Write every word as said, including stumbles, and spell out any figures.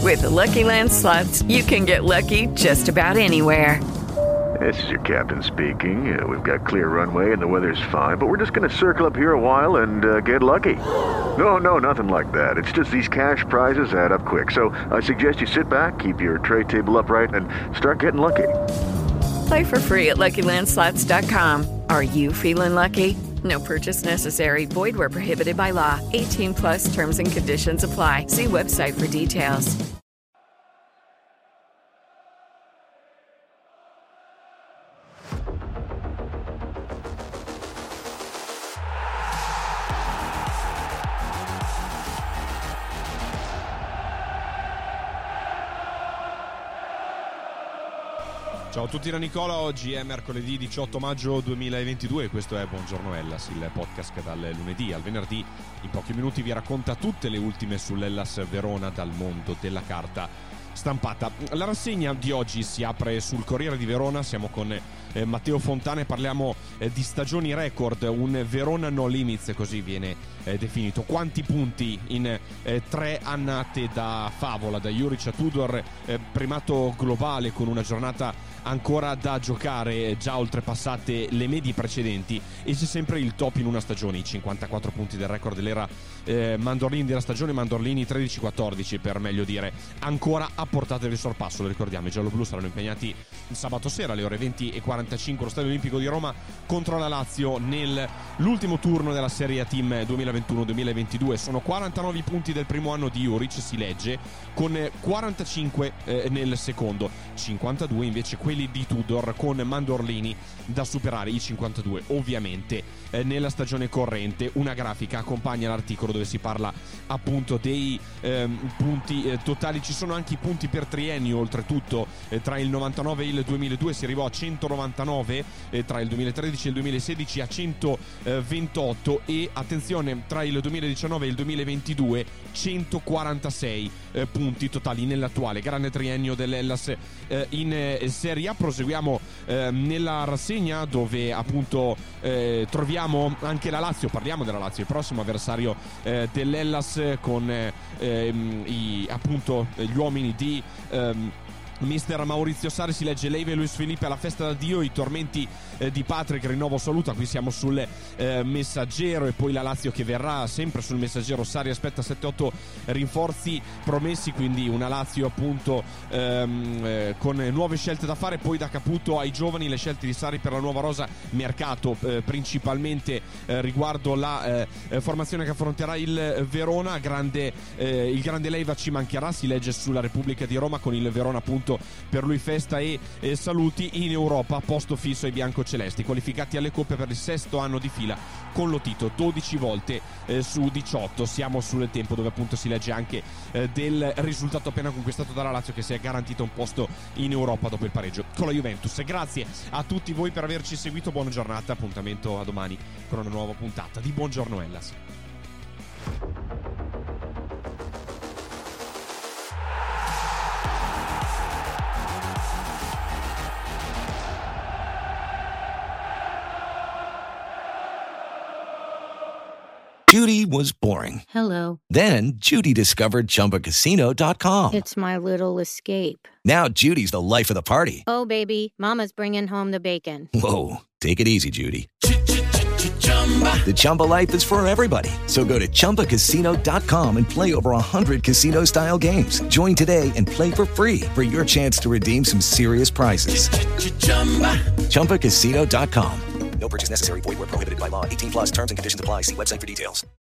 With the Lucky Land Slots, you can get lucky just about anywhere. This is your captain speaking. Uh, we've got clear runway and the weather's fine, but we're just going to circle up here a while and uh, get lucky. No, no, nothing like that. It's just these cash prizes add up quick. So I suggest you sit back, keep your tray table upright, and start getting lucky. Play for free at Lucky Land Slots dot com. Are you feeling lucky? No purchase necessary. Void where prohibited by law. eighteen plus terms and conditions apply. See website for details. Ciao a tutti da Nicola, oggi è mercoledì diciotto maggio duemilaventidue e questo è Buongiorno Hellas, il podcast che dal lunedì al venerdì in pochi minuti vi racconta tutte le ultime sull'Hellas Verona dal mondo della carta stampata. La rassegna di oggi si apre sul Corriere di Verona, siamo con eh, Matteo Fontana e parliamo eh, di stagioni record, un Verona no limits, così viene eh, definito. Quanti punti in eh, tre annate da favola, da Juric a Tudor, eh, primato globale con una giornata ancora da giocare, già oltrepassate le medie precedenti, e c'è sempre il top in una stagione, i cinquantaquattro punti del record dell'era eh, Mandorlini della stagione, Mandorlini tredici quattordici per meglio dire, ancora a portata del sorpasso. Lo ricordiamo, i gialloblu saranno impegnati il sabato sera alle ore venti e quarantacinque allo Stadio Olimpico di Roma contro la Lazio nell'ultimo turno della Serie A Team duemilaventuno duemilaventidue. Sono quarantanove punti del primo anno di Juric, si legge, con quarantacinque eh, nel secondo, cinquantadue invece quelli di Tudor, con Mandorlini da superare, i cinquantadue ovviamente eh, nella stagione corrente. Una grafica accompagna l'articolo dove si parla appunto dei ehm, punti eh, totali. Ci sono anche i punti per triennio, oltretutto eh, tra il novantanove e il duemiladue si arrivò a centonovantanove, eh, tra il duemilatredici e il duemilasedici a centoventotto e attenzione, tra il duemiladiciannove e il duemilaventidue centoquarantasei eh, punti totali nell'attuale grande triennio dell'Hellas eh, in eh, Serie A. Proseguiamo eh, nella rassegna dove appunto eh, troviamo anche la Lazio, parliamo della Lazio, il prossimo avversario eh, dell'Hellas, con eh, ehm, i, appunto gli uomini di ehm, mister Maurizio Sarri. Si legge Leiva e Luis Felipe alla festa d'addio, i tormenti eh, di Patrick, rinnovo saluta. Qui siamo sul eh, Messaggero, e poi la Lazio che verrà sempre sul Messaggero. Sarri aspetta sette otto rinforzi promessi, quindi una Lazio appunto ehm, eh, con nuove scelte da fare. Poi da Caputo ai giovani, le scelte di Sarri per la nuova rosa, mercato eh, principalmente eh, riguardo la eh, formazione che affronterà il Verona. Grande, eh, il grande Leiva ci mancherà, si legge sulla Repubblica di Roma, con il Verona appunto per lui festa e, e saluti. In Europa posto fisso ai biancocelesti, qualificati alle coppe per il sesto anno di fila con Lotito, dodici volte eh, su diciotto. Siamo sul tempo dove appunto si legge anche eh, del risultato appena conquistato dalla Lazio, che si è garantita un posto in Europa dopo il pareggio con la Juventus. Grazie a tutti voi per averci seguito, buona giornata, appuntamento a domani con una nuova puntata di Buongiorno Hellas. Judy was boring. Hello. Then Judy discovered Chumba Casino dot com. It's my little escape. Now Judy's the life of the party. Oh, baby, mama's bringing home the bacon. Whoa, take it easy, Judy. The Chumba life is for everybody. So go to Chumba Casino dot com and play over one hundred casino-style games. Join today and play for free for your chance to redeem some serious prizes. Chumba Casino dot com. No purchase necessary. Void where prohibited by law. eighteen plus terms and conditions apply. See website for details.